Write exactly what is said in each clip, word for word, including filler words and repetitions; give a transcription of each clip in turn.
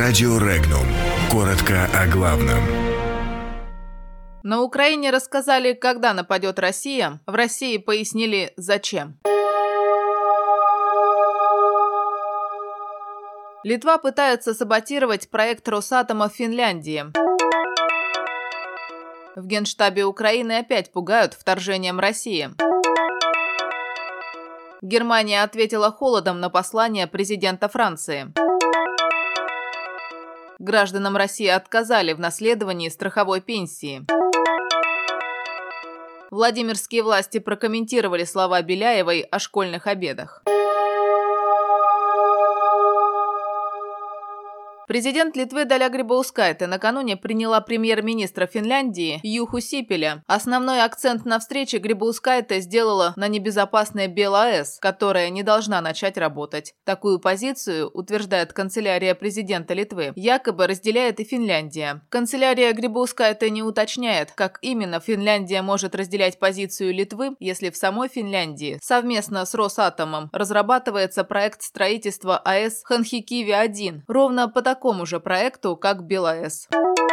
Радио Регнум. Коротко о главном. На Украине рассказали, когда нападет Россия. В России пояснили, зачем. Литва пытается саботировать проект Росатома в Финляндии. В Генштабе Украины опять пугают вторжением России. Германия ответила холодом на послание президента Франции. Гражданам России отказали в наследовании страховой пенсии. Владимирские власти прокомментировали слова Беляевой о школьных обедах. Президент Литвы Даля Грибаускайте накануне приняла премьер-министра Финляндии Юху Сипиля. Основной акцент на встрече Грибаускайте сделала на небезопасной БелАЭС, которая не должна начать работать. Такую позицию, утверждает канцелярия президента Литвы, якобы разделяет и Финляндия. Канцелярия Грибаускайте не уточняет, как именно Финляндия может разделять позицию Литвы, если в самой Финляндии совместно с Росатомом разрабатывается проект строительства АЭС Ханхикиви один, ровно по такому же проекту, как БелАЭС.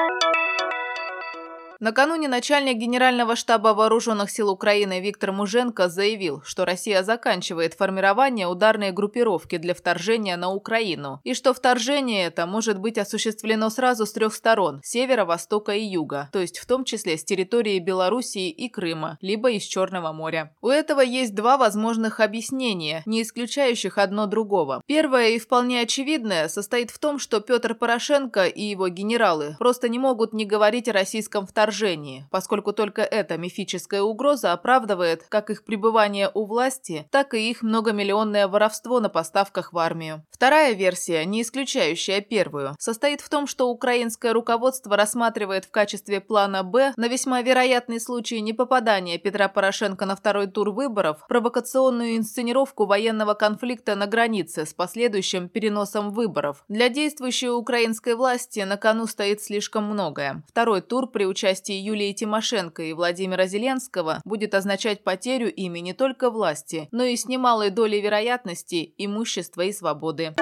Накануне начальник Генерального штаба Вооруженных сил Украины Виктор Муженко заявил, что Россия заканчивает формирование ударной группировки для вторжения на Украину, и что вторжение это может быть осуществлено сразу с трех сторон – севера, востока и юга, то есть в том числе с территории Белоруссии и Крыма, либо из Черного моря. У этого есть два возможных объяснения, не исключающих одно другого. Первое и вполне очевидное состоит в том, что Петр Порошенко и его генералы просто не могут не говорить о российском вторжении, поскольку только эта мифическая угроза оправдывает как их пребывание у власти, так и их многомиллионное воровство на поставках в армию. Вторая версия, не исключающая первую, состоит в том, что украинское руководство рассматривает в качестве плана «Б» на весьма вероятный случай непопадания Петра Порошенко на второй тур выборов провокационную инсценировку военного конфликта на границе с последующим переносом выборов. Для действующей украинской власти на кону стоит слишком многое. Второй тур при участии Юлии Тимошенко и Владимира Зеленского будет означать потерю ими не только власти, но и с немалой долей вероятности имущества и свободы.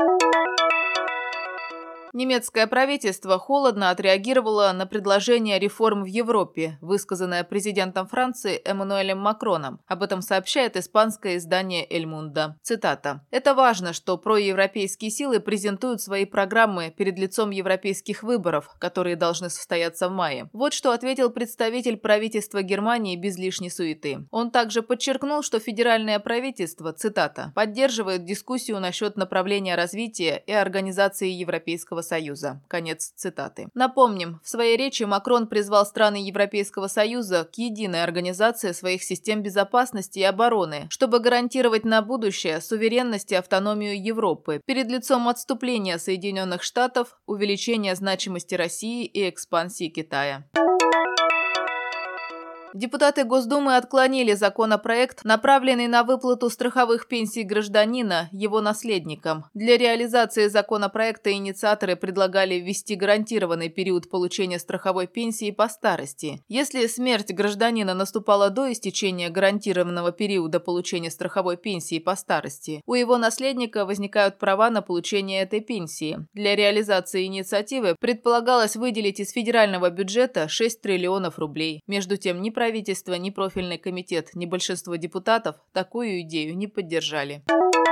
Немецкое правительство холодно отреагировало на предложение реформ в Европе, высказанное президентом Франции Эммануэлем Макроном. Об этом сообщает испанское издание «Эль Мундо». Цитата. «Это важно, что проевропейские силы презентуют свои программы перед лицом европейских выборов, которые должны состояться в мае». Вот что ответил представитель правительства Германии без лишней суеты. Он также подчеркнул, что федеральное правительство, цитата, «поддерживает дискуссию насчет направления развития и организации Европейского Союза». Конец цитаты. Напомним, в своей речи Макрон призвал страны Европейского Союза к единой организации своих систем безопасности и обороны, чтобы гарантировать на будущее суверенность и автономию Европы перед лицом отступления Соединенных Штатов, увеличения значимости России и экспансии Китая. Депутаты Госдумы отклонили законопроект, направленный на выплату страховых пенсий гражданина его наследникам. Для реализации законопроекта инициаторы предлагали ввести гарантированный период получения страховой пенсии по старости. Если смерть гражданина наступала до истечения гарантированного периода получения страховой пенсии по старости, у его наследника возникают права на получение этой пенсии. Для реализации инициативы предполагалось выделить из федерального бюджета шесть триллионов рублей. Между тем, ни правительство, ни профильный комитет, ни большинство депутатов такую идею не поддержали.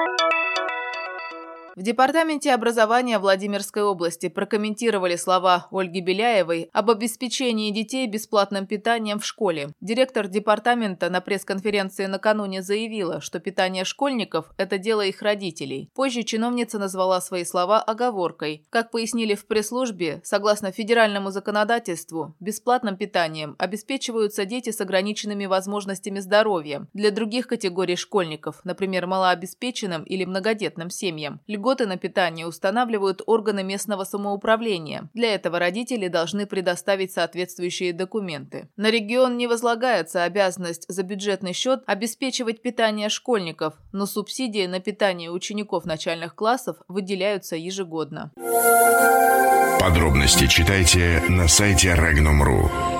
В Департаменте образования Владимирской области прокомментировали слова Ольги Беляевой об обеспечении детей бесплатным питанием в школе. Директор департамента на пресс-конференции накануне заявила, что питание школьников – это дело их родителей. Позже чиновница назвала свои слова оговоркой. Как пояснили в пресс-службе, согласно федеральному законодательству, бесплатным питанием обеспечиваются дети с ограниченными возможностями здоровья. Для других категорий школьников, например, малообеспеченным или многодетным семьям, льготы на питание устанавливают органы местного самоуправления. Для этого родители должны предоставить соответствующие документы. На регион не возлагается обязанность за бюджетный счет обеспечивать питание школьников, но субсидии на питание учеников начальных классов выделяются ежегодно. Подробности читайте на сайте регнум точка ру.